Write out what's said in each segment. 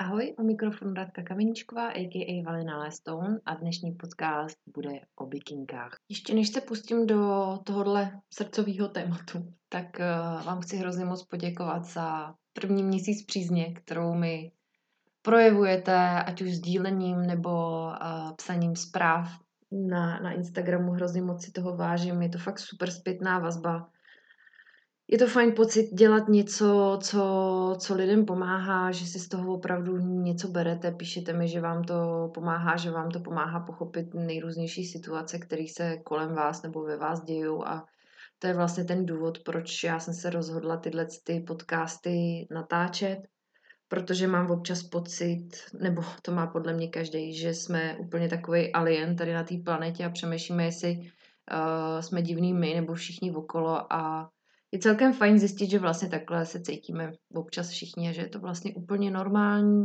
Ahoj, u mikrofonu Radka Kameníčková, a.k.a. Valina Lestone a dnešní podcast bude o bikinkách. Ještě než se pustím do tohohle srdcového tématu, tak vám chci hrozně moc poděkovat za první měsíc přízně, kterou mi projevujete, ať už sdílením nebo psaním zpráv na Instagramu. Hrozně moc si toho vážím, je to fakt super zpětná vazba. Je to fajn pocit dělat něco, co lidem pomáhá, že si z toho opravdu něco berete, píšete mi, že vám to pomáhá pochopit nejrůznější situace, které se kolem vás nebo ve vás dějou, a to je vlastně ten důvod, proč já jsem se rozhodla tyhle podcasty natáčet, protože mám občas pocit, nebo to má podle mě každý, že jsme úplně takový alien tady na té planetě a přemýšlíme, jestli jsme divný my nebo všichni okolo, a je celkem fajn zjistit, že vlastně takhle se cítíme občas všichni a že je to vlastně úplně normální.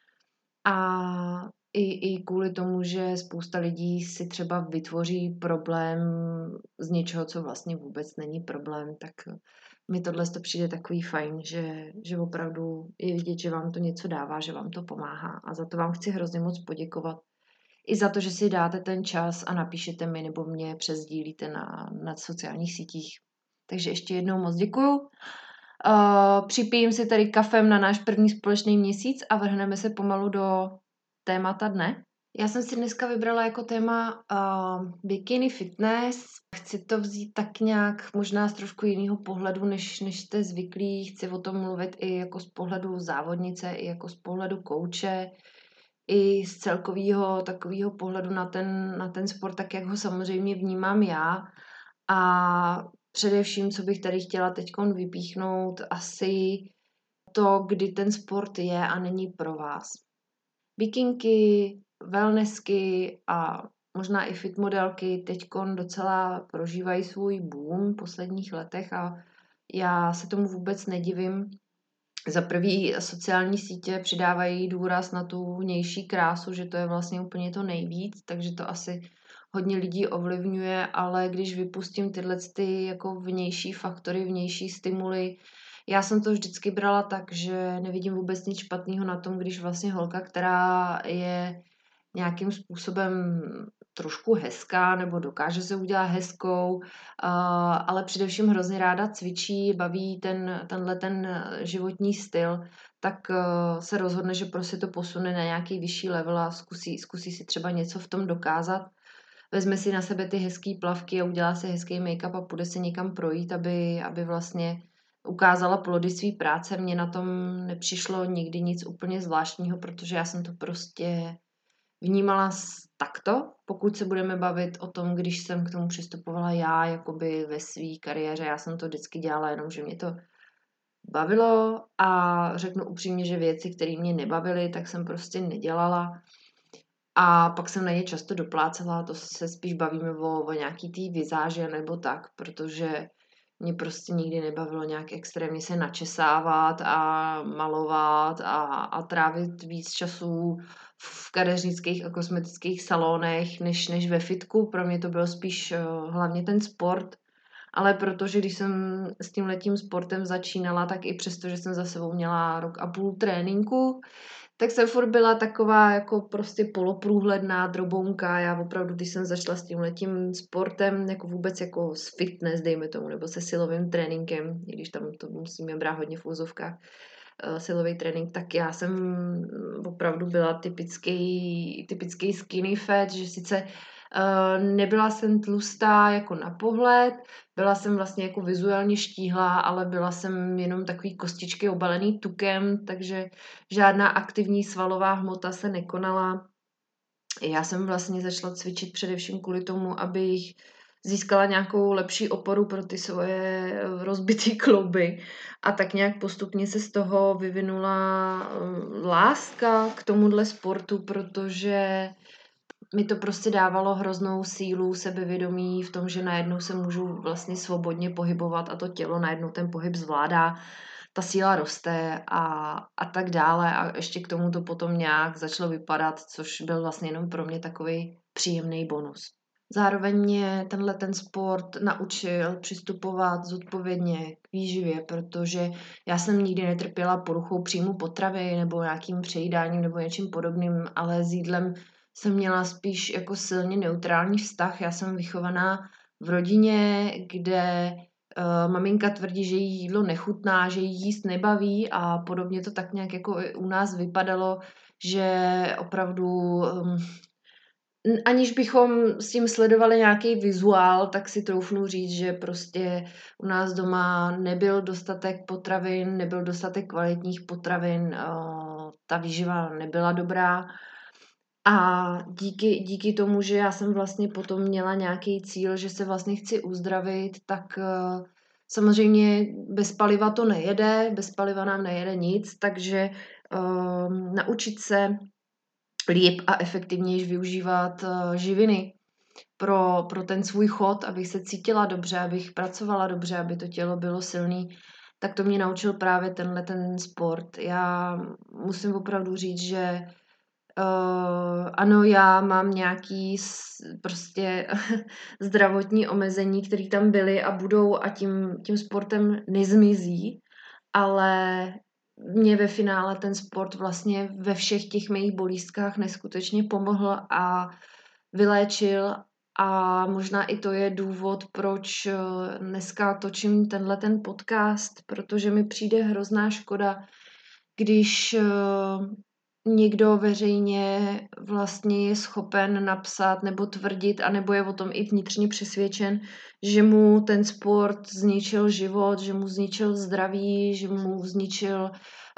A i kvůli tomu, že spousta lidí si třeba vytvoří problém z něčeho, co vlastně vůbec není problém, tak mi tohle to přijde takový fajn, že opravdu je vidět, že vám to něco dává, že vám to pomáhá. A za to vám chci hrozně moc poděkovat. I za to, že si dáte ten čas a napíšete mi nebo mě přesdílíte na sociálních sítích. Takže ještě jednou moc děkuju. Připijím si tady kafem na náš první společný měsíc a vrhneme se pomalu do témata dne. Já jsem si dneska vybrala jako téma bikini fitness. Chci to vzít tak nějak možná z trošku jiného pohledu, než jste zvyklí. Chci o tom mluvit i jako z pohledu závodnice, i jako z pohledu kouče, i z celkového takového pohledu na ten sport, tak jak ho samozřejmě vnímám já. A především, co bych tady chtěla teď vypíchnout, asi to, kdy ten sport je a není pro vás. Bikinky, wellnessky a možná i fit modelky teďkon docela prožívají svůj boom v posledních letech a já se tomu vůbec nedivím. Za prvý sociální sítě přidávají důraz na tu vnější krásu, že to je vlastně úplně to nejvíc, takže to asi hodně lidí ovlivňuje, ale když vypustím tyhle jako vnější faktory, vnější stimuly, já jsem to vždycky brala tak, že nevidím vůbec nic špatného na tom, když vlastně holka, která je nějakým způsobem trošku hezká nebo dokáže se udělat hezkou, ale především hrozně ráda cvičí, baví tenhle životní styl, tak se rozhodne, že prostě to posune na nějaký vyšší level a zkusí si třeba něco v tom dokázat. Vezme si na sebe ty hezký plavky a udělá si hezký make-up a půjde se někam projít, aby vlastně ukázala plody své práce. Mně na tom nepřišlo nikdy nic úplně zvláštního, protože já jsem to prostě vnímala takto, pokud se budeme bavit o tom, když jsem k tomu přistupovala já jakoby ve své kariéře. Já jsem to vždycky dělala jenom, že mě to bavilo a řeknu upřímně, že věci, které mě nebavily, tak jsem prostě nedělala. A pak jsem na ně často doplácela, to se spíš bavíme o nějaký tý vizáže nebo tak, protože mě prostě nikdy nebavilo nějak extrémně se načesávat a malovat a trávit víc času v kadeřnických a kosmetických salonech, než ve fitku. Pro mě to byl spíš hlavně ten sport, ale protože když jsem s tímhletím sportem začínala, tak i přesto, že jsem za sebou měla rok a půl tréninku, tak jsem furt byla taková jako prostě poloprůhledná drobounka. Já opravdu, když jsem začala s tímhletím sportem, jako vůbec jako s fitness, dejme tomu, nebo se silovým tréninkem, i když tam to musíme brát hodně v úzovkách, silový trénink, tak já jsem opravdu byla typický skinny fat, že sice nebyla jsem tlustá jako na pohled, byla jsem vlastně jako vizuálně štíhlá, ale byla jsem jenom takový kostičky obalený tukem, takže žádná aktivní svalová hmota se nekonala. Já jsem vlastně začala cvičit především kvůli tomu, abych získala nějakou lepší oporu pro ty svoje rozbitý klouby. A tak nějak postupně se z toho vyvinula láska k tomuhle sportu, protože mi to prostě dávalo hroznou sílu, sebevědomí v tom, že najednou se můžu vlastně svobodně pohybovat a to tělo najednou ten pohyb zvládá, ta síla roste a tak dále a ještě k tomu to potom nějak začalo vypadat, což byl vlastně jenom pro mě takový příjemný bonus. Zároveň mě ten sport naučil přistupovat zodpovědně k výživě, protože já jsem nikdy netrpěla poruchou příjmu potravy nebo nějakým přejídáním nebo něčím podobným, ale s jídlem jsem měla spíš jako silně neutrální vztah. Já jsem vychovaná v rodině, kde maminka tvrdí, že jí jídlo nechutná, že jí jíst nebaví a podobně to tak nějak jako i u nás vypadalo, že opravdu aniž bychom s tím sledovali nějaký vizuál, tak si troufnu říct, že prostě u nás doma nebyl dostatek potravin, nebyl dostatek kvalitních potravin, ta výživa nebyla dobrá. A díky tomu, že já jsem vlastně potom měla nějaký cíl, že se vlastně chci uzdravit, tak samozřejmě bez paliva to nejede, bez paliva nám nejede nic, takže naučit se líp a efektivněji využívat živiny pro ten svůj chod, abych se cítila dobře, abych pracovala dobře, aby to tělo bylo silný, tak to mě naučil právě ten sport. Já musím opravdu říct, že ano, já mám nějaký prostě zdravotní omezení, které tam byly a budou a tím sportem nezmizí, ale mě ve finále ten sport vlastně ve všech těch mých bolístkách neskutečně pomohl a vyléčil a možná i to je důvod, proč dneska točím ten podcast, protože mi přijde hrozná škoda, když někdo veřejně vlastně je schopen napsat nebo tvrdit, anebo je o tom i vnitřně přesvědčen, že mu ten sport zničil život, že mu zničil zdraví, že mu zničil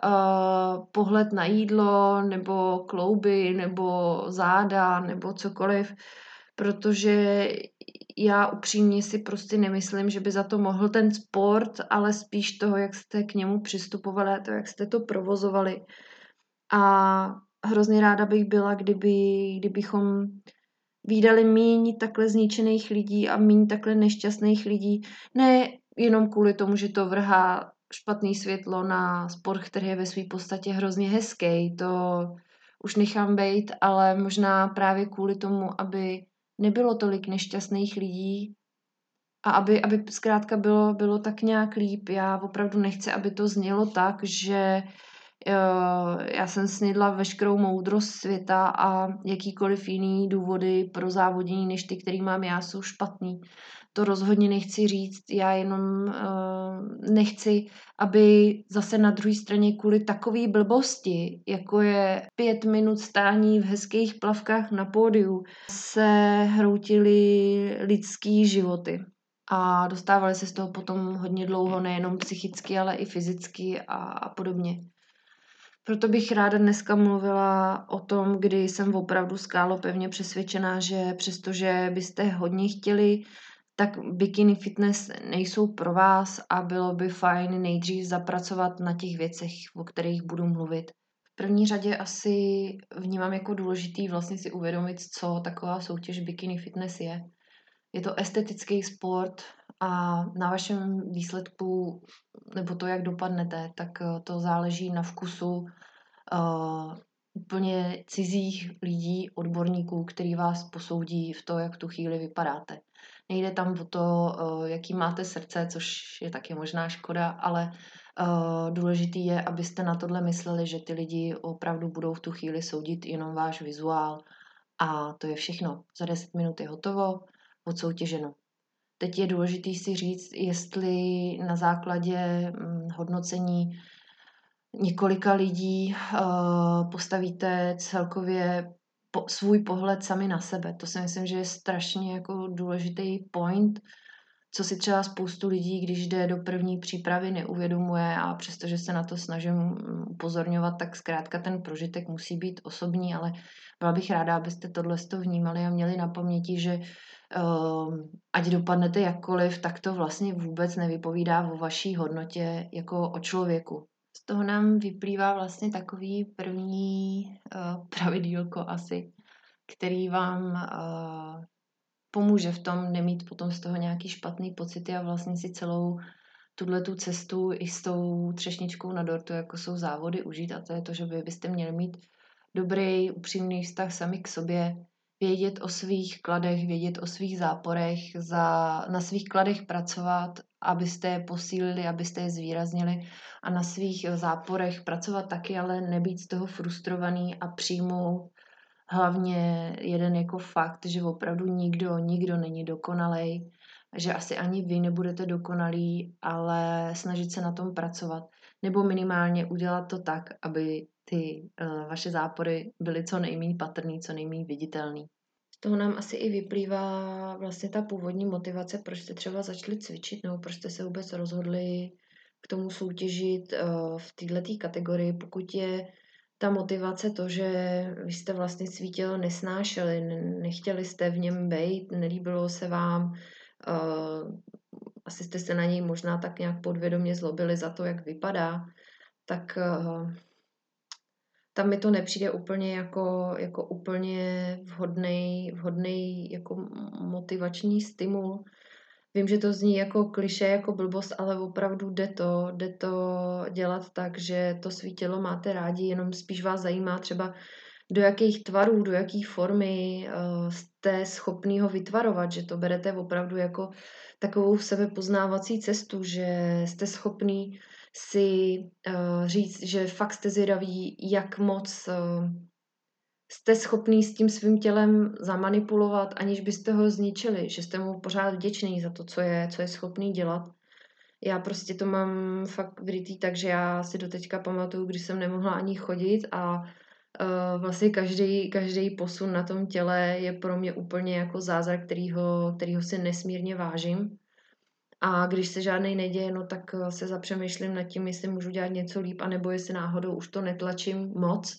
pohled na jídlo, nebo klouby, nebo záda, nebo cokoliv, protože já upřímně si prostě nemyslím, že by za to mohl ten sport, ale spíš toho, jak jste k němu přistupovali a to, jak jste to provozovali. A hrozně ráda bych byla, kdybychom vídali míň takhle zničených lidí a míň takhle nešťastných lidí. Ne jenom kvůli tomu, že to vrhá špatný světlo na sport, který je ve své podstatě hrozně hezký. To už nechám bejt, ale možná právě kvůli tomu, aby nebylo tolik nešťastných lidí a aby zkrátka bylo tak nějak líp. Já opravdu nechci, aby to znělo tak, že já jsem snědla veškerou moudrost světa a jakýkoliv jiný důvody pro závodění, než ty, který mám já, jsou špatný. To rozhodně nechci říct, já jenom nechci, aby zase na druhé straně kvůli takové blbosti, jako je 5 minut stání v hezkých plavkách na pódiu, se hroutily lidský životy. A dostávali se z toho potom hodně dlouho, nejenom psychicky, ale i fyzicky a podobně. Proto bych ráda dneska mluvila o tom, kdy jsem opravdu skálopevně přesvědčená, že přestože byste hodně chtěli, tak bikini fitness nejsou pro vás a bylo by fajn nejdřív zapracovat na těch věcech, o kterých budu mluvit. V první řadě asi vnímám jako důležitý vlastně si uvědomit, co taková soutěž bikini fitness je. Je to estetický sport a na vašem výsledku, nebo to, jak dopadnete, tak to záleží na vkusu úplně cizích lidí, odborníků, který vás posoudí v to, jak tu chvíli vypadáte. Nejde tam o to, jaký máte srdce, což je taky možná škoda, ale důležitý je, abyste na tohle mysleli, že ty lidi opravdu budou v tu chvíli soudit jenom váš vizuál a to je všechno. Za 10 minut je hotovo, odsoutěženo. Teď je důležité si říct, jestli na základě hodnocení několika lidí postavíte celkově svůj pohled sami na sebe. To si myslím, že je strašně jako důležitý point, co si třeba spoustu lidí, když jde do první přípravy, neuvědomuje a přestože se na to snažím upozorňovat, tak zkrátka ten prožitek musí být osobní, ale byla bych ráda, abyste tohle vnímali a měli na paměti, že ať dopadnete jakkoliv, tak to vlastně vůbec nevypovídá o vaší hodnotě jako o člověku. Z toho nám vyplývá vlastně takový první pravidílko asi, který vám pomůže v tom nemít potom z toho nějaký špatný pocity a vlastně si celou tu cestu i s tou třešničkou na dortu, jako jsou závody, užít a to je to, že byste měli mít dobrý, upřímný vztah sami k sobě, vědět o svých kladech, vědět o svých záporech, na svých kladech pracovat, abyste je posílili, abyste je zvýraznili a na svých záporech pracovat taky, ale nebýt z toho frustrovaný a přijmout hlavně jeden jako fakt, že opravdu nikdo není dokonalej, že asi ani vy nebudete dokonalí, ale snažit se na tom pracovat. Nebo minimálně udělat to tak, aby ty vaše zápory byly co nejméně patrný, co nejméně viditelný. Z toho nám asi i vyplývá vlastně ta původní motivace, proč jste třeba začali cvičit, nebo proč jste se vůbec rozhodli k tomu soutěžit v této kategorii, pokud je ta motivace to, že vy jste vlastně svítilo nesnášeli, nechtěli jste v něm být, nelíbilo se vám, asi jste se na něj možná tak nějak podvědomě zlobili za to, jak vypadá, tak tam mi to nepřijde úplně jako úplně vhodný jako motivační stimul. Vím, že to zní jako klišé, jako blbost, ale opravdu jde to dělat tak, že to svý tělo máte rádi, jenom spíš vás zajímá třeba do jakých tvarů, do jaký formy jste schopný ho vytvarovat, že to berete opravdu jako takovou sebepoznávací cestu, že jste schopný si říct, že fakt jste zvědaví, jak moc jste schopný s tím svým tělem zamanipulovat, aniž byste ho zničili, že jste mu pořád vděčný za to, co je schopný dělat. Já prostě to mám fakt vrytý, takže já si doteďka pamatuju, když jsem nemohla ani chodit a vlastně každý posun na tom těle je pro mě úplně jako zázrak, kterýho si nesmírně vážím. A když se žádnej neděje, no tak se zapřemýšlím nad tím, jestli můžu dělat něco líp, anebo jestli náhodou už to netlačím moc.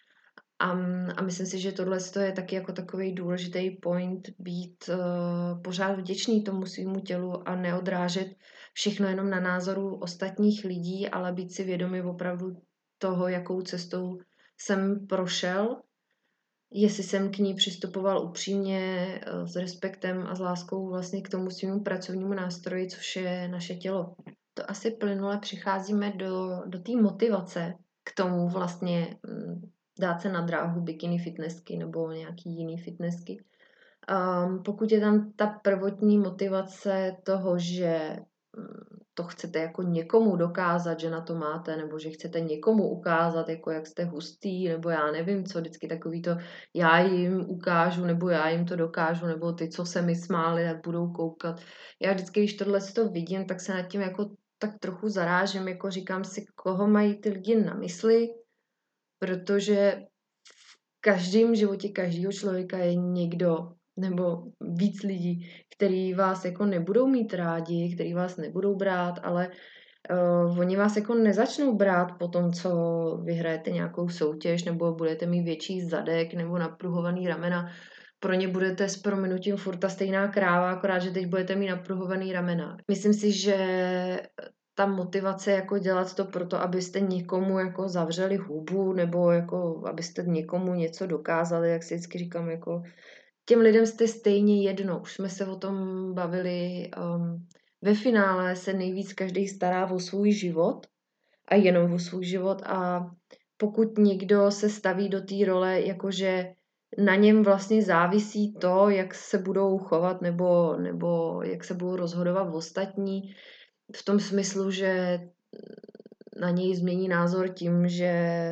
A myslím si, že tohle je taky jako takový důležitý point, být pořád vděčný tomu svýmu tělu a neodrážet všechno jenom na názoru ostatních lidí, ale být si vědomý opravdu toho, jakou cestou jsem prošel, jestli jsem k ní přistupoval upřímně, s respektem a s láskou vlastně k tomu svému pracovnímu nástroji, což je naše tělo. To asi plynule přicházíme do té motivace k tomu vlastně dát se na dráhu bikini fitnessky nebo nějaký jiný fitnessky. Pokud je tam ta prvotní motivace toho, že to chcete jako někomu dokázat, že na to máte, nebo že chcete někomu ukázat, jako jak jste hustý, nebo já nevím co, vždycky takový to já jim ukážu, nebo já jim to dokážu, nebo ty, co se mi smáli, jak budou koukat. Já vždycky, když tohle to vidím, tak se nad tím jako tak trochu zarážím, jako říkám si, koho mají ty lidi na mysli, protože v každém životě každého člověka je někdo nebo víc lidí, který vás jako nebudou mít rádi, který vás nebudou brát, ale oni vás jako nezačnou brát po tom, co vyhrajete nějakou soutěž nebo budete mít větší zadek nebo napruhovaný ramena. Pro ně budete s prominutím furt ta stejná kráva, akorát, že teď budete mít napruhovaný ramena. Myslím si, že ta motivace jako dělat to proto, abyste někomu jako zavřeli hubu nebo jako abyste někomu něco dokázali, jak si vždycky říkám, jako těm lidem jste stejně jedno. Už jsme se o tom bavili. Ve finále se nejvíc každý stará o svůj život a jenom o svůj život a pokud někdo se staví do té role, jakože na něm vlastně závisí to, jak se budou chovat nebo jak se budou rozhodovat ostatní, v tom smyslu, že na něj změní názor tím, že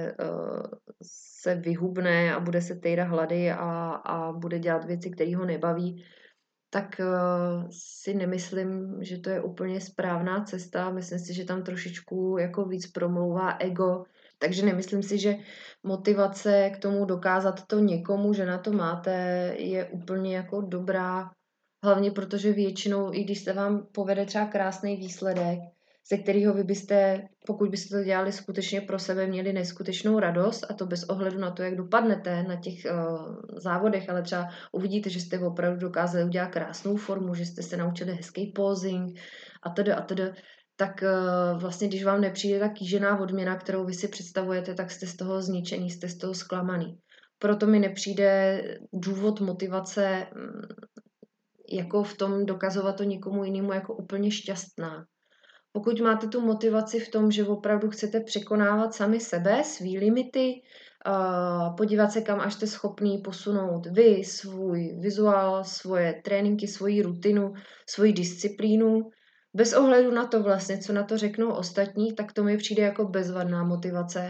se vyhubne a bude se tejrat hlady a bude dělat věci, které ho nebaví, tak si nemyslím, že to je úplně správná cesta. Myslím si, že tam trošičku jako víc promlouvá ego, takže nemyslím si, že motivace k tomu dokázat to někomu, že na to máte, je úplně jako dobrá. Hlavně protože většinou, i když se vám povede třeba krásný výsledek, ze kterého vy byste, pokud byste to dělali skutečně pro sebe, měli neskutečnou radost a to bez ohledu na to, jak dopadnete na těch závodech, ale třeba uvidíte, že jste opravdu dokázali udělat krásnou formu, že jste se naučili hezký posing a tedy, tak vlastně, když vám nepřijde ta kýžená odměna, kterou vy si představujete, tak jste z toho zničený, jste z toho zklamaný. Proto mi nepřijde důvod motivace jako v tom dokazovat to někomu jinému jako úplně šťastná. Pokud máte tu motivaci v tom, že opravdu chcete překonávat sami sebe, svý limity, podívat se, kam až jste schopný posunout vy, svůj vizuál, svoje tréninky, svoji rutinu, svoji disciplínu. Bez ohledu na to vlastně, co na to řeknou ostatní, tak to mi přijde jako bezvadná motivace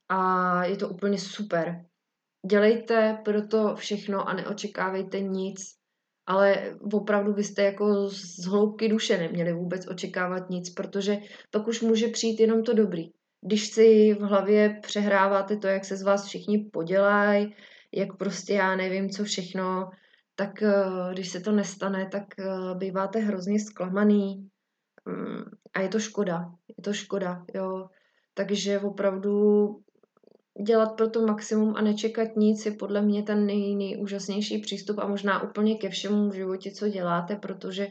a je to úplně super. Dělejte proto všechno a neočekávejte nic, ale opravdu byste jako z hloubky duše neměli vůbec očekávat nic, protože pak už může přijít jenom to dobrý. Když si v hlavě přehráváte to, jak se z vás všichni podělají, jak prostě já nevím co všechno, tak když se to nestane, tak býváte hrozně zklamaný a je to škoda. Je to škoda, jo. Takže opravdu dělat pro to maximum a nečekat nic je podle mě ten nejúžasnější přístup a možná úplně ke všemu v životě, co děláte, protože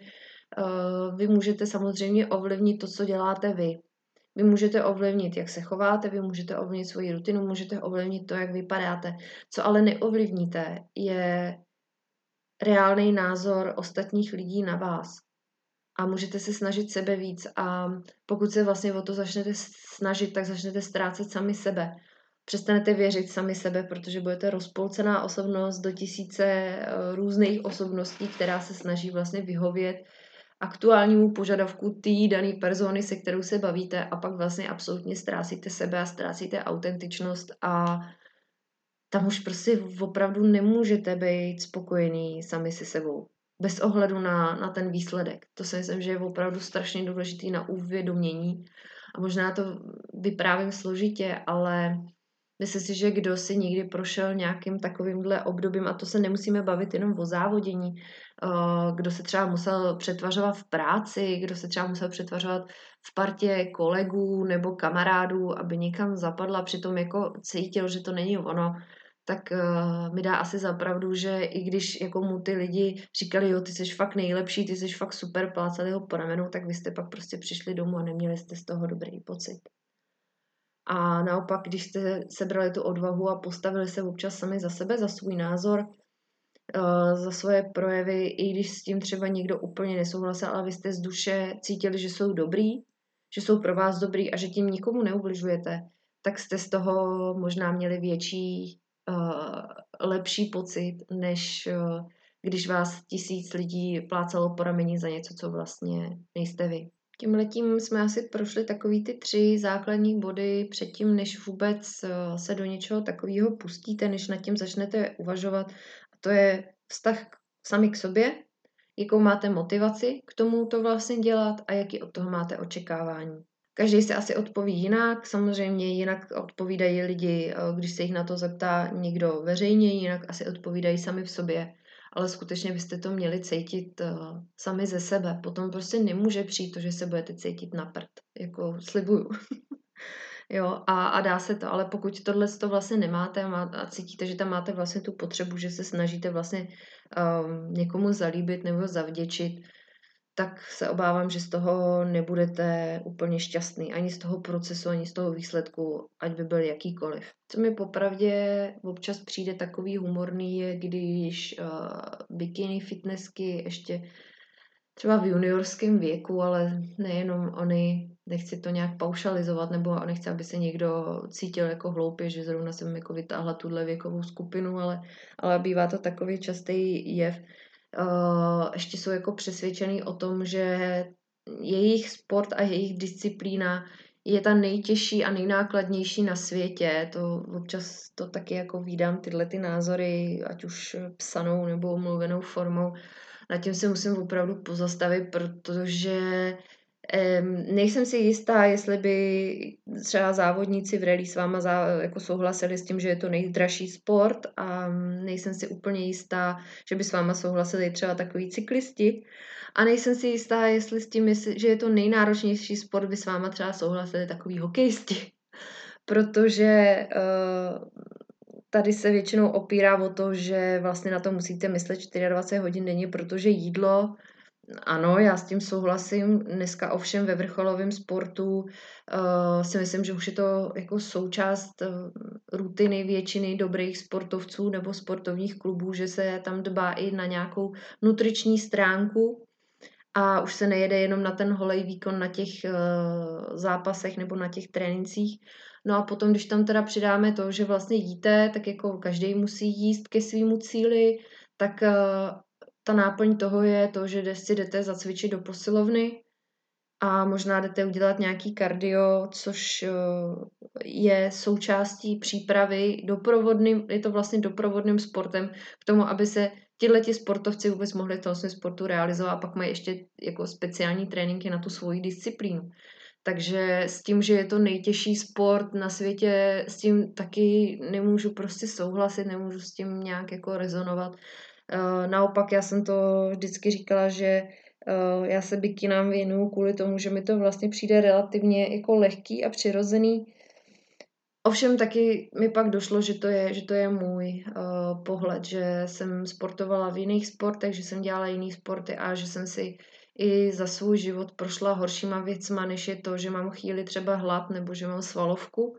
vy můžete samozřejmě ovlivnit to, co děláte vy. Vy můžete ovlivnit, jak se chováte, vy můžete ovlivnit svoji rutinu, můžete ovlivnit to, jak vypadáte. Co ale neovlivníte, je reálný názor ostatních lidí na vás. A můžete se snažit sebe víc a pokud se vlastně o to začnete snažit, tak začnete ztrácet sami sebe. Přestanete věřit sami sebe, protože budete rozpolcená osobnost do tisíce různých osobností, která se snaží vlastně vyhovět aktuálnímu požadavku té dané persony, se kterou se bavíte a pak vlastně absolutně ztrácíte sebe a ztrácíte autentičnost a tam už prostě opravdu nemůžete být spokojený sami se sebou. Bez ohledu na ten výsledek. To si myslím, že je opravdu strašně důležitý na uvědomění. A možná to vyprávím složitě, ale myslím si, že kdo si někdy prošel nějakým takovýmhle obdobím, a to se nemusíme bavit jenom o závodění, kdo se třeba musel přetvařovat v práci, kdo se třeba musel přetvařovat v partě kolegů nebo kamarádů, aby někam zapadla, přitom jako cítil, že to není ono, tak mi dá asi za pravdu, že i když jako mu ty lidi říkali, jo, ty jsi fakt nejlepší, ty jsi fakt super, plácali ho po ramenu, tak vy jste pak prostě přišli domů a neměli jste z toho dobrý pocit. A naopak, když jste sebrali tu odvahu a postavili se občas sami za sebe, za svůj názor, za svoje projevy, i když s tím třeba někdo úplně nesouhlasil, ale vy jste z duše cítili, že jsou dobrý, že jsou pro vás dobrý a že tím nikomu neubližujete, tak jste z toho možná měli větší, lepší pocit, než když vás 1000 lidí plácalo po rameni za něco, co vlastně nejste vy. Tímhletím jsme asi prošli takový ty 3 základní body předtím, než vůbec se do něčeho takového pustíte, než nad tím začnete uvažovat. A to je vztah sami k sobě, jakou máte motivaci k tomu to vlastně dělat a jaký od toho máte očekávání. Každý se asi odpoví jinak, samozřejmě jinak odpovídají lidi, když se jich na to zeptá někdo veřejně, jinak asi odpovídají sami v sobě. Ale skutečně byste to měli cítit sami ze sebe. Potom prostě nemůže přijít to, že se budete cítit na prd. Jako slibuju. Jo, a dá se to, ale pokud tohle to vlastně nemáte a cítíte, že tam máte vlastně tu potřebu, že se snažíte vlastně někomu zalíbit nebo zavděčit, tak se obávám, že z toho nebudete úplně šťastný. Ani z toho procesu, ani z toho výsledku, ať by byl jakýkoliv. Co mi popravdě občas přijde takový humorný, je když bikini fitnessky ještě třeba v juniorském věku, ale nejenom oni, nechci to nějak paušalizovat, nebo nechci, aby se někdo cítil jako hloupě, že zrovna jsem jako vytáhla tuhle věkovou skupinu, ale bývá to takový častý jev. Ještě jsou jako přesvědčený o tom, že jejich sport a jejich disciplína je ta nejtěžší a nejnákladnější na světě. To občas to taky jako vídám tyhle ty názory, ať už psanou nebo mluvenou formou. Nad tím se musím opravdu pozastavit, protože nejsem si jistá, jestli by třeba závodníci v rally s váma jako souhlasili s tím, že je to nejdražší sport a nejsem si úplně jistá, že by s váma souhlasili třeba takový cyklisti a nejsem si jistá, jestli s tím, že je to nejnáročnější sport, by s váma třeba souhlasili takový hokejisti. Protože tady se většinou opírá o to, že vlastně na to musíte myslet 24 hodin denně, protože jídlo, ano, já s tím souhlasím. Dneska ovšem ve vrcholovém sportu si myslím, že už je to jako součást rutiny většiny dobrých sportovců nebo sportovních klubů, že se tam dbá i na nějakou nutriční stránku a už se nejede jenom na ten holej výkon na těch zápasech nebo na těch trénincích. No a potom, když tam teda přidáme to, že vlastně jíte, tak jako každý musí jíst ke svýmu cíli, tak ta náplň toho je to, že si jdete zacvičit do posilovny a možná jdete udělat nějaký kardio, což je součástí přípravy doprovodným, je to vlastně doprovodným sportem k tomu, aby se tihleti sportovci vůbec mohli v tom svém sportu realizovat a pak mají ještě jako speciální tréninky na tu svoji disciplínu. Takže s tím, že je to nejtěžší sport na světě, s tím taky nemůžu prostě souhlasit, nemůžu s tím nějak jako rezonovat. Naopak já jsem to vždycky říkala, že já se bikinám věnuju kvůli tomu, že mi to vlastně přijde relativně jako lehký a přirozený. Ovšem taky mi pak došlo, že to je můj pohled, že jsem sportovala v jiných sportech, že jsem dělala jiný sporty a že jsem si i za svůj život prošla horšíma věcma, než je to, že mám chvíli třeba hlad nebo že mám svalovku.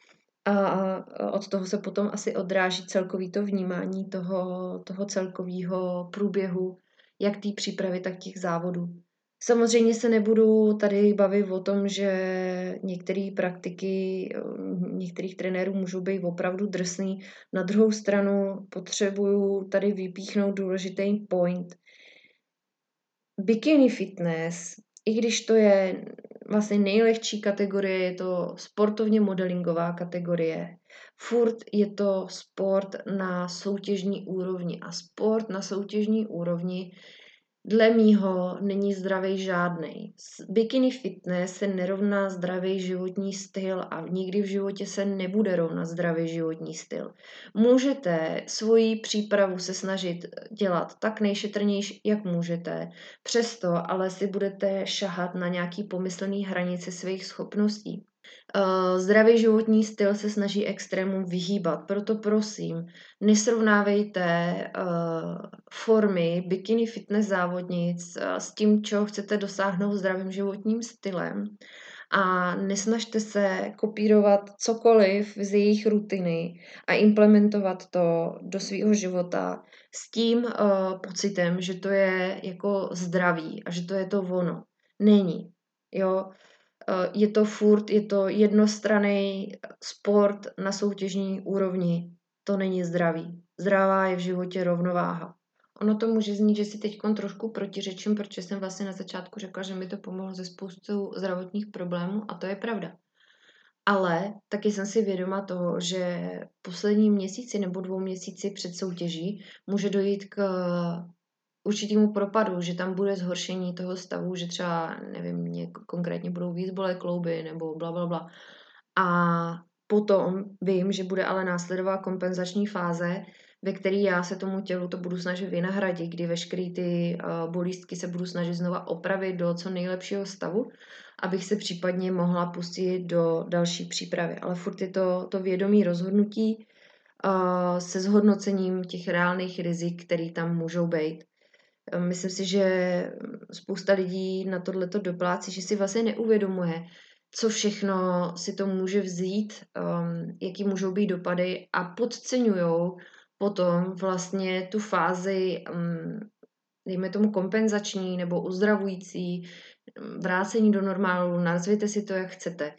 A od toho se potom asi odráží celkový to vnímání toho celkového průběhu, jak té přípravy, tak těch závodů. Samozřejmě se nebudu tady bavit o tom, že některé praktiky některých trenérů můžou být opravdu drsný. Na druhou stranu potřebuju tady vypíchnout důležitý point. Bikini fitness, i když to je vlastně nejlehčí kategorie, je to sportovně modelingová kategorie. Furt je to sport na soutěžní úrovni a sport na soutěžní úrovni dle mýho není zdravý žádnej. Bikini fitness se nerovná zdravý životní styl a nikdy v životě se nebude rovnat zdravý životní styl. Můžete svoji přípravu se snažit dělat tak nejšetrnější, jak můžete, přesto ale si budete šahat na nějaký pomyslný hranice svých schopností. Zdravý životní styl se snaží extrémům vyhýbat, proto prosím, nesrovnávejte formy bikini fitness závodnic s tím, čeho chcete dosáhnout zdravým životním stylem a nesnažte se kopírovat cokoliv z jejich rutiny a implementovat to do svého života s tím pocitem, že to je jako zdravý a že to je to ono. Není. Jo, je to furt, je to jednostranný sport na soutěžní úrovni. To není zdravý. Zdravá je v životě rovnováha. Ono to může znít, že si teď trošku protiřečím, protože jsem vlastně na začátku řekla, že mi to pomohlo ze spoustou zdravotních problémů a to je pravda. Ale taky jsem si vědoma toho, že poslední měsíci nebo 2 měsíci před soutěží může dojít k určitému propadu, že tam bude zhoršení toho stavu, že třeba, nevím, mě konkrétně budou víc bolet klouby nebo bla. A potom vím, že bude ale následovat kompenzační fáze, ve které já se tomu tělu to budu snažit vynahradit, kdy veškeré ty bolístky se budu snažit znova opravit do co nejlepšího stavu, abych se případně mohla pustit do další přípravy. Ale furt je to vědomí rozhodnutí se zhodnocením těch reálných rizik, které tam můžou být. Myslím si, že spousta lidí na tohleto doplácí, že si vlastně neuvědomuje, co všechno si to může vzít, jaký můžou být dopady a podceňujou potom vlastně tu fázi, dejme tomu kompenzační nebo uzdravující, vrácení do normálu, nazvěte si to, jak chcete.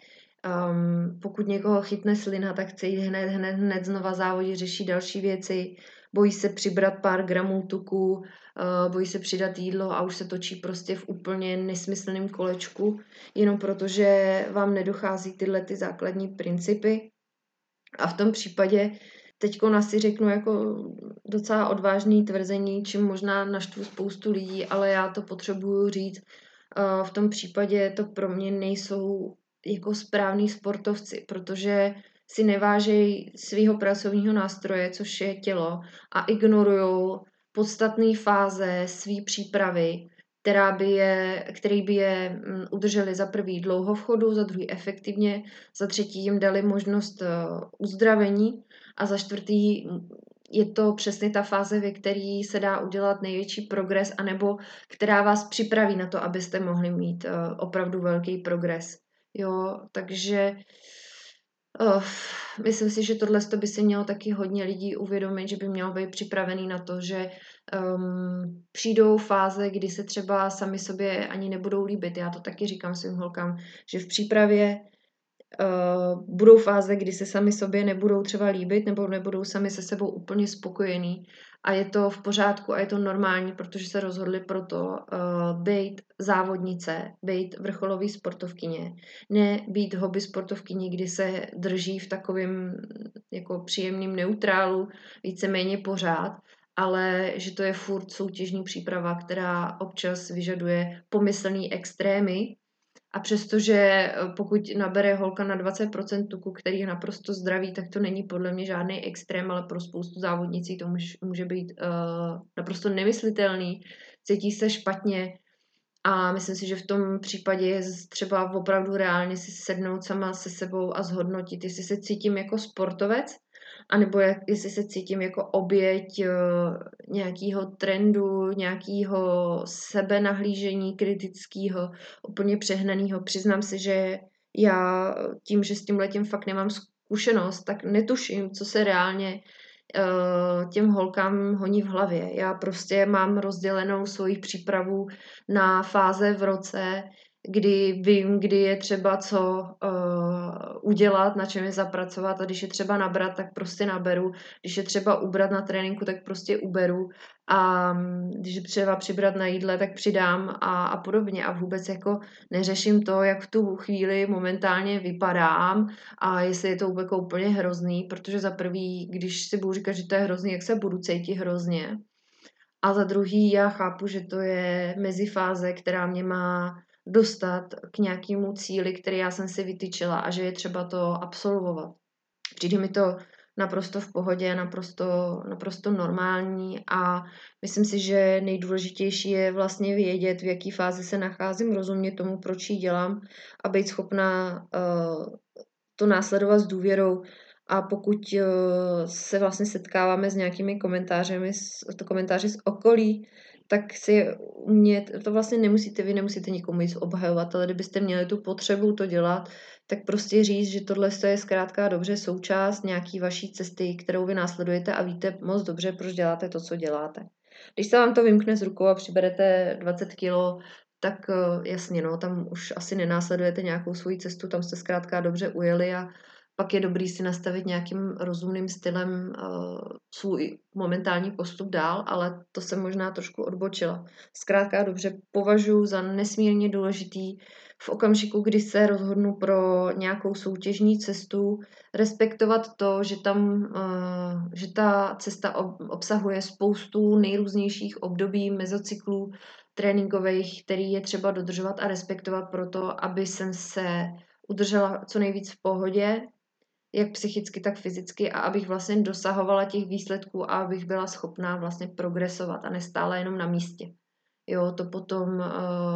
Pokud někoho chytne slina, tak chce jít hned znova závodit, řeší další věci, bojí se přibrat pár gramů tuku, bojí se přidat jídlo a už se točí prostě v úplně nesmyslném kolečku, jenom protože vám nedochází tyhle ty základní principy. A v tom případě teďko asi řeknu jako docela odvážný tvrzení, čím možná naštvu spoustu lidí, ale já to potřebuju říct. V tom případě to pro mě nejsou jako správní sportovci, protože si nevážejí svého pracovního nástroje, což je tělo, a ignorují podstatné fáze své přípravy, který by je udrželi za prvý dlouho v chodu, za druhý efektivně, za třetí jim dali možnost uzdravení a za čtvrtý je to přesně ta fáze, ve které se dá udělat největší progres, anebo která vás připraví na to, abyste mohli mít opravdu velký progres. Jo, takže myslím si, že tohle by si mělo taky hodně lidí uvědomit, že by mělo být připravený na to, že přijdou fáze, kdy se třeba sami sobě ani nebudou líbit. Já to taky říkám svým holkám, že v přípravě budou fáze, kdy se sami sobě nebudou třeba líbit nebo nebudou sami se sebou úplně spokojení a je to v pořádku a je to normální, protože se rozhodli pro to být závodnice, být vrcholový sportovkyně, ne být hobby sportovkyní, kdy se drží v takovém jako příjemným neutrálu, víceméně pořád, ale že to je furt soutěžní příprava, která občas vyžaduje pomyslný extrémy. A přestože pokud nabere holka na 20% tuku, který je naprosto zdravý, tak to není podle mě žádný extrém, ale pro spoustu závodnicí to může být naprosto nemyslitelný. Cítí se špatně a myslím si, že v tom případě je třeba opravdu reálně si sednout sama se sebou a zhodnotit, jestli se cítím jako sportovec, anebo jestli se cítím jako oběť nějakého trendu, nějakého sebenahlížení kritického, úplně přehnaného. Přiznám si, že já tím, že s tímhletím fakt nemám zkušenost, tak netuším, co se reálně těm holkám honí v hlavě. Já prostě mám rozdělenou svoji přípravu na fáze v roce, kdy vím, kdy je třeba co udělat, na čem je zapracovat a když je třeba nabrat, tak prostě naberu. Když je třeba ubrat na tréninku, tak prostě uberu a když je třeba přibrat na jídle, tak přidám a podobně a vůbec jako neřeším to, jak v tu chvíli momentálně vypadám a jestli je to vůbec jako úplně hrozný, protože za prvý, když si budu říkat, že to je hrozný, jak se budu cítit hrozně. A za druhý, já chápu, že to je mezifáze, která mě má dostat k nějakému cíli, který já jsem si vytyčila a že je třeba to absolvovat. Přijde mi to naprosto v pohodě, naprosto normální a myslím si, že nejdůležitější je vlastně vědět, v jaký fázi se nacházím, rozumět tomu, proč ji dělám a být schopná to následovat s důvěrou. A pokud se vlastně setkáváme s nějakými komentáři z okolí, tak si umět, to vlastně vy nemusíte nikomu nic obhajovat, ale kdybyste měli tu potřebu to dělat, tak prostě říct, že tohle je zkrátka dobře součást nějaký vaší cesty, kterou vy následujete a víte moc dobře, proč děláte to, co děláte. Když se vám to vymkne z rukou a přiberete 20 kilo, tak jasně, no, tam už asi nenásledujete nějakou svoji cestu, tam jste zkrátka dobře ujeli a pak je dobrý si nastavit nějakým rozumným stylem svůj momentální postup dál, ale to jsem možná trošku odbočila. Zkrátka dobře považuji za nesmírně důležitý v okamžiku, kdy se rozhodnu pro nějakou soutěžní cestu, respektovat to, že ta cesta obsahuje spoustu nejrůznějších období, mezocyklů tréninkových, který je třeba dodržovat a respektovat proto, aby jsem se udržela co nejvíc v pohodě, jak psychicky, tak fyzicky a abych vlastně dosahovala těch výsledků a abych byla schopná vlastně progresovat a nestála jenom na místě. Jo, to potom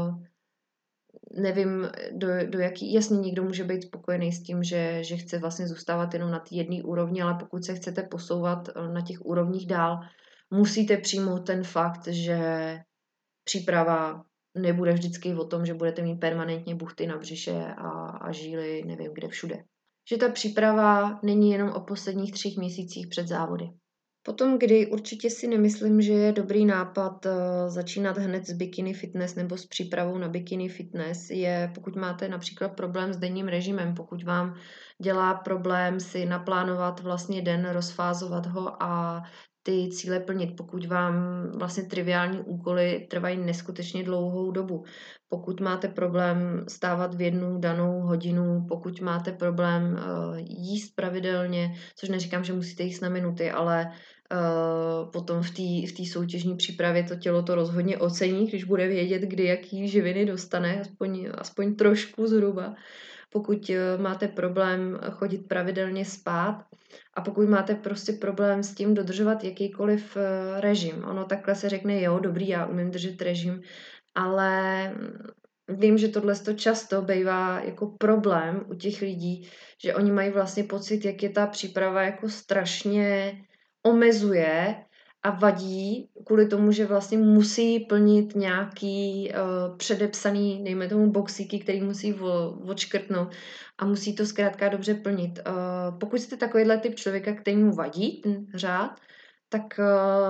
nevím, do jaký, jasně někdo může být spokojený s tím, že chce vlastně zůstávat jenom na té jedné úrovni, ale pokud se chcete posouvat na těch úrovních dál, musíte přijmout ten fakt, že příprava nebude vždycky o tom, že budete mít permanentně buchty na břiše a žíly nevím kde všude. Že ta příprava není jenom o posledních 3 měsících před závody. Potom, kdy určitě si nemyslím, že je dobrý nápad začínat hned s bikini fitness nebo s přípravou na bikini fitness, je pokud máte například problém s denním režimem, pokud vám dělá problém si naplánovat vlastně den, rozfázovat ho a ty cíle plnit, pokud vám vlastně triviální úkoly trvají neskutečně dlouhou dobu. Pokud máte problém stávat v jednu danou hodinu, pokud máte problém jíst pravidelně, což neříkám, že musíte jíst na minuty, ale potom v té soutěžní přípravě to tělo to rozhodně ocení, když bude vědět, kdy jaký živiny dostane, aspoň trošku zhruba. Pokud máte problém chodit pravidelně spát a pokud máte prostě problém s tím dodržovat jakýkoliv režim. Ono takhle se řekne, jo, dobrý, já umím držet režim, ale vím, že tohle často bývá jako problém u těch lidí, že oni mají vlastně pocit, jak je ta příprava jako strašně omezuje a vadí kvůli tomu, že vlastně musí plnit nějaký předepsaný, dejme tomu boxíky, který musí odškrtnout a musí to zkrátka dobře plnit. Pokud jste takovýhle typ člověka, který mu vadí ten řád, tak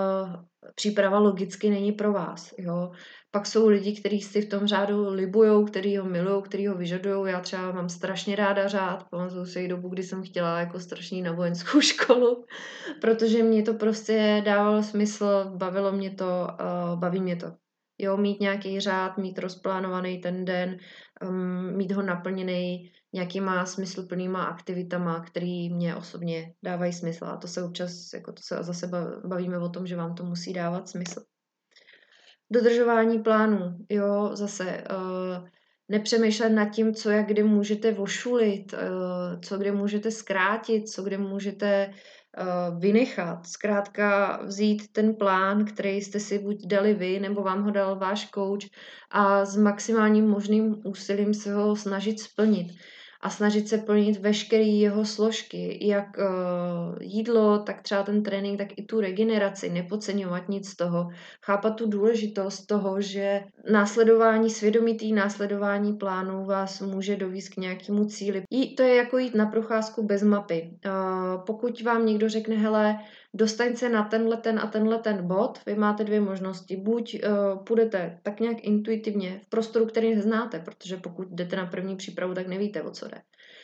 příprava logicky není pro vás. Jo. Pak jsou lidi, kteří si v tom řádu libujou, kteří ho milujou, kteří ho vyžadujou. Já třeba mám strašně ráda řád, pamatuju si i dobu, kdy jsem chtěla jako strašně na vojenskou školu, protože mě to prostě dávalo smysl, bavilo mě to, baví mě to. Jo, mít nějaký řád, mít rozplánovaný ten den, mít ho naplněný nějakýma smysluplnýma aktivitama, které mě osobně dávají smysl. A to se občas, jako to se zase bavíme o tom, že vám to musí dávat smysl. Dodržování plánů, jo, zase nepřemýšlet nad tím, co jak kdy můžete vošulit, co kde můžete zkrátit, co kde můžete vynechat. Zkrátka vzít ten plán, který jste si buď dali vy, nebo vám ho dal váš coach a s maximálním možným úsilím se ho snažit splnit. A snažit se plnit veškeré jeho složky, jak jídlo, tak třeba ten trénink, tak i tu regeneraci, nepodceňovat nic z toho, chápat tu důležitost toho, že svědomitý následování plánu vás může dovést k nějakému cíli. To je jako jít na procházku bez mapy. Pokud vám někdo řekne, hele, dostaň se na tenhle ten bod, vy máte dvě možnosti. Buď půjdete tak nějak intuitivně v prostoru, který neznáte, protože pokud jdete na první přípravu, tak nevíte, o co jde.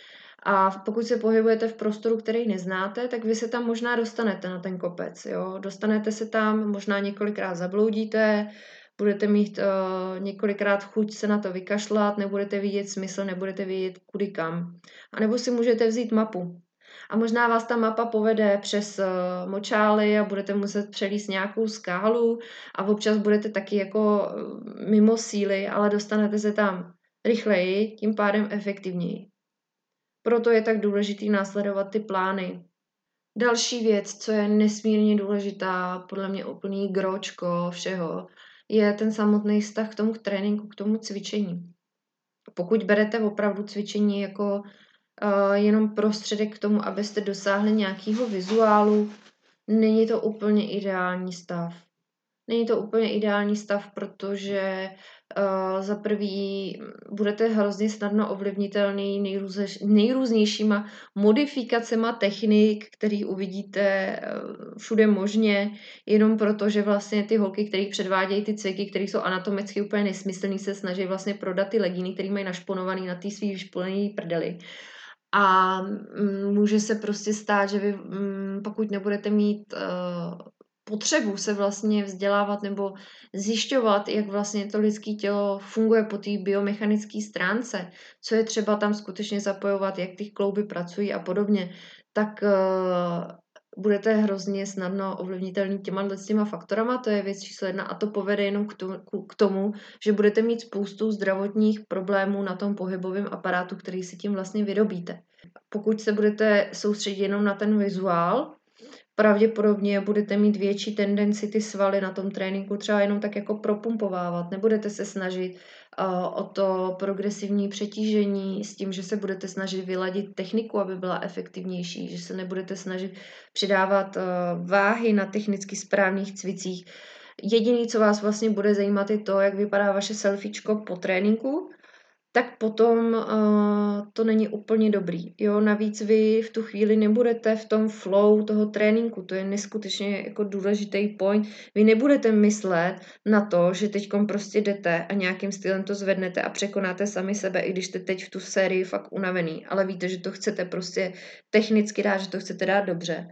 A pokud se pohybujete v prostoru, který neznáte, tak vy se tam možná dostanete na ten kopec. Jo? Dostanete se tam, možná několikrát zabloudíte, budete mít několikrát chuť se na to vykašlat, nebudete vidět smysl, nebudete vidět kudy kam. A nebo si můžete vzít mapu. A možná vás ta mapa povede přes močály a budete muset přelíst nějakou skálu a občas budete taky jako mimo síly, ale dostanete se tam rychleji, tím pádem efektivněji. Proto je tak důležitý následovat ty plány. Další věc, co je nesmírně důležitá, podle mě úplný gróčko všeho, je ten samotný vztah k tomu tréninku, k tomu cvičení. Pokud berete opravdu cvičení jako jenom prostředek k tomu, abyste dosáhli nějakého vizuálu, není to úplně ideální stav. Není to úplně ideální stav, protože za prvý budete hrozně snadno ovlivnitelný nejrůznějšíma modifikacema technik, který uvidíte všude možně, jenom proto, že vlastně ty holky, které předvádějí ty cviky, které jsou anatomicky úplně nesmyslný, se snaží vlastně prodat ty legíny, které mají našponovaný na ty svý vyšpolený prdely. A může se prostě stát, že vy pokud nebudete mít potřebu se vlastně vzdělávat nebo zjišťovat, jak vlastně to lidské tělo funguje po té biomechanické stránce, co je třeba tam skutečně zapojovat, jak ty klouby pracují a podobně, tak budete hrozně snadno ovlivnitelný těma faktorama, to je věc číslo 1 a to povede jenom k tomu, že budete mít spoustu zdravotních problémů na tom pohybovém aparátu, který si tím vlastně vyrobíte. Pokud se budete soustředit jenom na ten vizuál, pravděpodobně budete mít větší tendenci ty svaly na tom tréninku třeba jenom tak jako propumpovávat. Nebudete se snažit o to progresivní přetížení s tím, že se budete snažit vyladit techniku, aby byla efektivnější, že se nebudete snažit přidávat váhy na technicky správných cvicích. Jediné, co vás vlastně bude zajímat, je to, jak vypadá vaše selfiečko po tréninku, tak potom to není úplně dobrý. Jo? Navíc vy v tu chvíli nebudete v tom flow toho tréninku, to je neskutečně jako důležitý point. Vy nebudete myslet na to, že teďkom prostě jdete a nějakým stylem to zvednete a překonáte sami sebe, i když jste teď v tu sérii fakt unavený, ale víte, že to chcete prostě technicky dát, že to chcete dát dobře.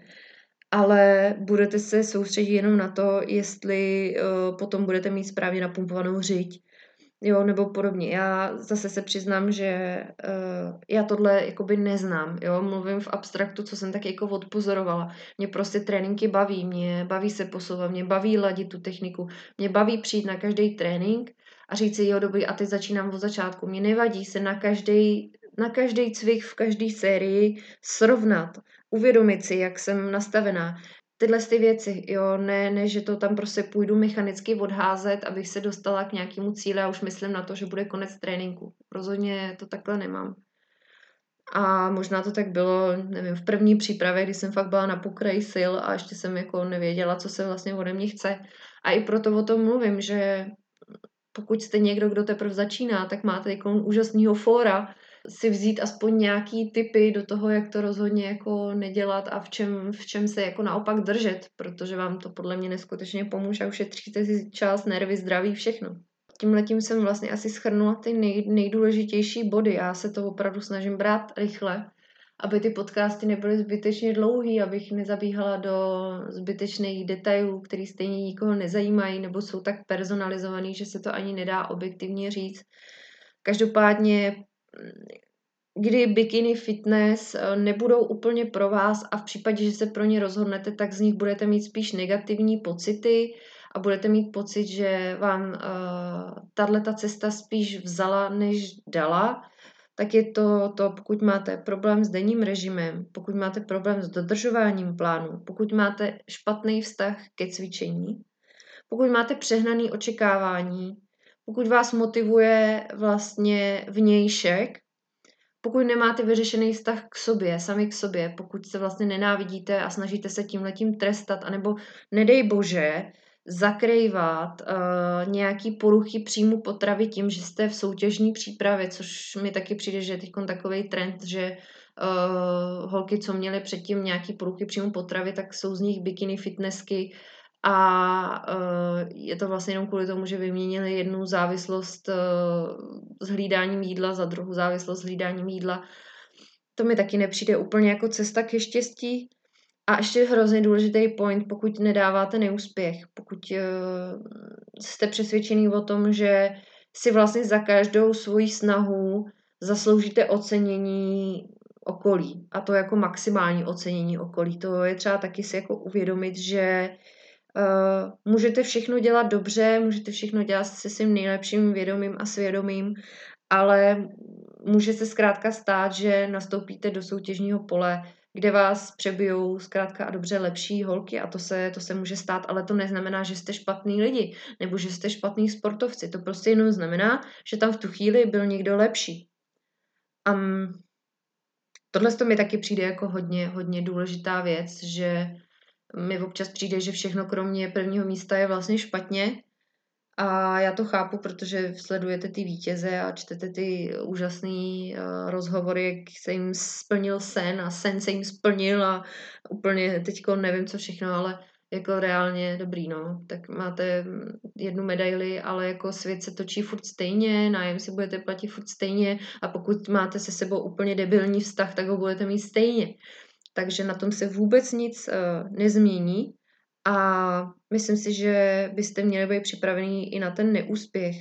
Ale budete se soustředit jenom na to, jestli potom budete mít správně napumpovanou hřiď, jo, nebo podobně. Já zase se přiznám, že já tohle jakoby neznám, jo, mluvím v abstraktu, co jsem tak jako odpozorovala. Mě prostě tréninky baví, mě baví se posouvat, mě baví ladit tu techniku, mě baví přijít na každý trénink a říct si, jo, dobrý, a teď začínám od začátku. Mě nevadí se na každý cvik v každé sérii srovnat, uvědomit si, jak jsem nastavená. Tyhle ty věci, jo, ne, že to tam prostě půjdu mechanicky odházet, abych se dostala k nějakému cíli a už myslím na to, že bude konec tréninku. Rozhodně to takhle nemám. A možná to tak bylo, nevím, v první přípravě, kdy jsem fakt byla na pokraji sil a ještě jsem jako nevěděla, co se vlastně ode mě chce. A i proto o tom mluvím, že pokud jste někdo, kdo teprve začíná, tak máte jako úžasnýho fóra, si vzít aspoň nějaký tipy do toho, jak to rozhodně jako nedělat a v čem se jako naopak držet, protože vám to podle mě neskutečně pomůže a ušetříte si čas, nervy, zdraví, všechno. Tímhletím jsem vlastně asi shrnula ty nejdůležitější body. Já se to opravdu snažím brát rychle, aby ty podcasty nebyly zbytečně dlouhý, abych nezabíhala do zbytečných detailů, který stejně nikoho nezajímají nebo jsou tak personalizovaný, že se to ani nedá objektivně říct. Každopádně, kdy bikini fitness nebudou úplně pro vás a v případě, že se pro ně rozhodnete, tak z nich budete mít spíš negativní pocity a budete mít pocit, že vám tato cesta spíš vzala, než dala, tak je to, pokud máte problém s denním režimem, pokud máte problém s dodržováním plánu, pokud máte špatný vztah ke cvičení, pokud máte přehnané očekávání, pokud vás motivuje vlastně vnějšek, pokud nemáte vyřešený vztah k sobě, sami k sobě, pokud se vlastně nenávidíte a snažíte se tímhletím trestat, anebo nedej bože, zakrývat nějaký poruchy příjmu potravy tím, že jste v soutěžní přípravě, což mi taky přijde, že je teď takový trend, že holky, co měly předtím nějaký poruchy příjmu potravy, tak jsou z nich bikini fitnessky a je to vlastně jenom kvůli tomu, že vyměnili jednu závislost s hlídáním jídla za druhou závislost s hlídáním jídla. To mi taky nepřijde úplně jako cesta ke štěstí. A ještě hrozně důležitý point, pokud nedáváte neúspěch, pokud jste přesvědčený o tom, že si vlastně za každou svoji snahu zasloužíte ocenění okolí. A to jako maximální ocenění okolí. To je třeba taky si jako uvědomit, že můžete všechno dělat dobře, můžete všechno dělat se svým nejlepším vědomím a svědomím, ale může se zkrátka stát, že nastoupíte do soutěžního pole, kde vás přebijou zkrátka a dobře lepší holky a to se může stát, ale to neznamená, že jste špatný lidi nebo že jste špatný sportovci. To prostě jenom znamená, že tam v tu chvíli byl někdo lepší. Tohle to mi taky přijde jako hodně důležitá věc, že mi občas přijde, že všechno kromě prvního místa je vlastně špatně a já to chápu, protože sledujete ty vítěze a čtete ty úžasné rozhovory, jak se jim splnil sen a sen se jim splnil a úplně teďko nevím co všechno, ale jako reálně dobrý, no. Tak máte jednu medaili, ale jako svět se točí furt stejně, nájem si budete platit furt stejně a pokud máte se sebou úplně debilní vztah, tak ho budete mít stejně. Takže na tom se vůbec nic nezmění a myslím si, že byste měli být připravení i na ten neúspěch.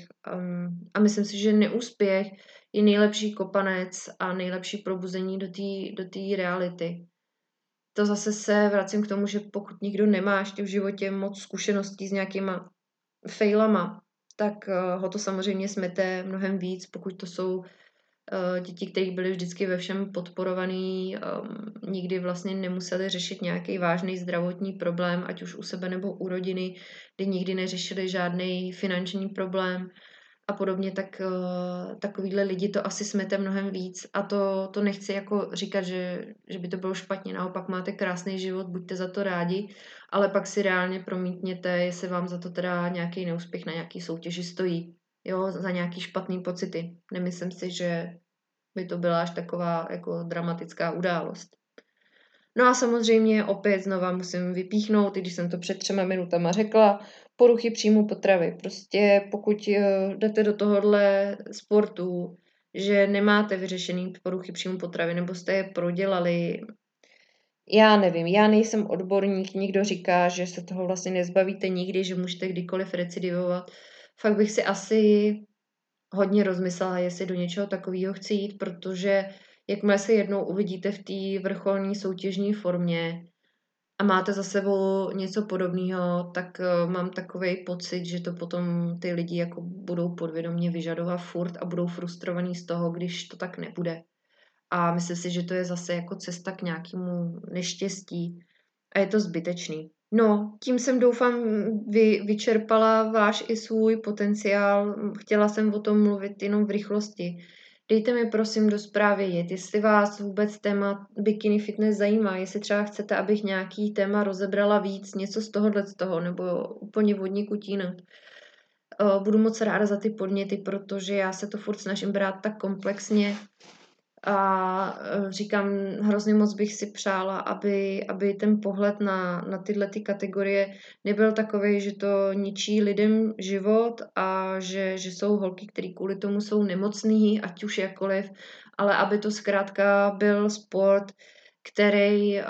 A myslím si, že neúspěch je nejlepší kopanec a nejlepší probuzení do té reality. To zase se vracím k tomu, že pokud nikdo nemá ještě v životě moc zkušeností s nějakýma failama, tak ho to samozřejmě smete mnohem víc, pokud to jsou děti, které byly vždycky ve všem podporovaný, nikdy vlastně nemuseli řešit nějaký vážný zdravotní problém, ať už u sebe nebo u rodiny, kdy nikdy neřešili žádný finanční problém a podobně, tak takovýhle lidi to asi smete mnohem víc a to nechci jako říkat, že by to bylo špatně, naopak máte krásný život, buďte za to rádi, ale pak si reálně promítněte, jestli vám za to teda nějaký neúspěch na nějaký soutěži stojí. Jo, za nějaký špatný pocity. Nemyslím si, že by to byla až taková jako dramatická událost. No a samozřejmě opět znova musím vypíchnout, i když jsem to před 3 minutama řekla, poruchy příjmu potravy. Prostě pokud jdete do tohohle sportu, že nemáte vyřešený poruchy příjmu potravy, nebo jste je prodělali, já nevím, já nejsem odborník, někdo říká, že se toho vlastně nezbavíte nikdy, že můžete kdykoliv recidivovat. Fakt bych si asi hodně rozmyslela, jestli do něčeho takového chci jít, protože jakmile se jednou uvidíte v té vrcholné soutěžní formě a máte za sebou něco podobného, tak mám takový pocit, že to potom ty lidi jako budou podvědomě vyžadovat furt a budou frustrovaní z toho, když to tak nebude. A myslím si, že to je zase jako cesta k nějakému neštěstí a je to zbytečný. No, tím jsem doufám vyčerpala váš i svůj potenciál. Chtěla jsem o tom mluvit jenom v rychlosti. Dejte mi prosím do zprávy vědět, jestli vás vůbec téma bikini fitness zajímá, jestli třeba chcete, abych nějaký téma rozebrala víc, něco z toho, nebo úplně od někud jinut. Budu moc ráda za ty podněty, protože já se to furt snažím brát tak komplexně A říkám, hrozně moc bych si přála, aby ten pohled na tyhle ty kategorie nebyl takový, že to ničí lidem život a že jsou holky, které kvůli tomu jsou nemocný, ať už jakkoliv, ale aby to zkrátka byl sport, který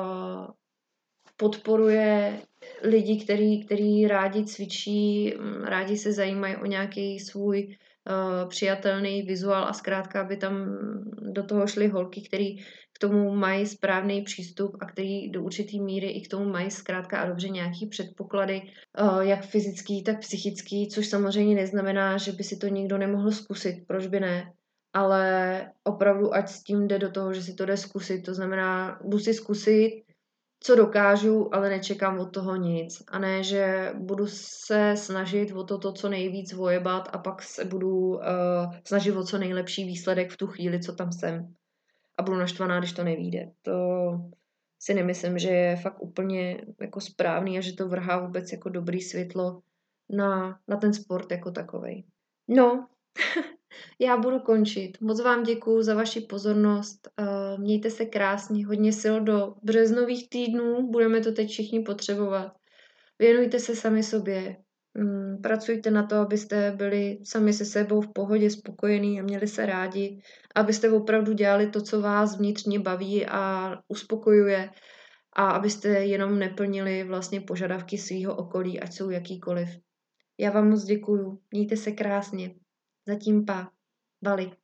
podporuje lidi, který rádi cvičí, rádi se zajímají o nějaký svůj přijatelný vizuál a zkrátka, aby tam do toho šly holky, který k tomu mají správný přístup a který do určitý míry i k tomu mají zkrátka a dobře nějaký předpoklady, jak fyzický, tak psychický, což samozřejmě neznamená, že by si to nikdo nemohl zkusit, proč by ne, ale opravdu ať s tím jde do toho, že si to jde zkusit, to znamená, jdu si zkusit, co dokážu, ale nečekám od toho nic. A ne, že budu se snažit o to co nejvíc vojebat a pak se budu snažit o co nejlepší výsledek v tu chvíli, co tam jsem. A budu naštvaná, když to nevyjde. To si nemyslím, že je fakt úplně jako správný a že to vrhá vůbec jako dobrý světlo na ten sport jako takovej. No, já budu končit. Moc vám děkuju za vaši pozornost. Mějte se krásně, hodně sil do březnových týdnů, budeme to teď všichni potřebovat. Věnujte se sami sobě. Pracujte na to, abyste byli sami se sebou v pohodě, spokojení a měli se rádi. Abyste opravdu dělali to, co vás vnitřně baví a uspokojuje. A abyste jenom neplnili vlastně požadavky svého okolí, ať jsou jakýkoliv. Já vám moc děkuju. Mějte se krásně. Zatím pa. Bali.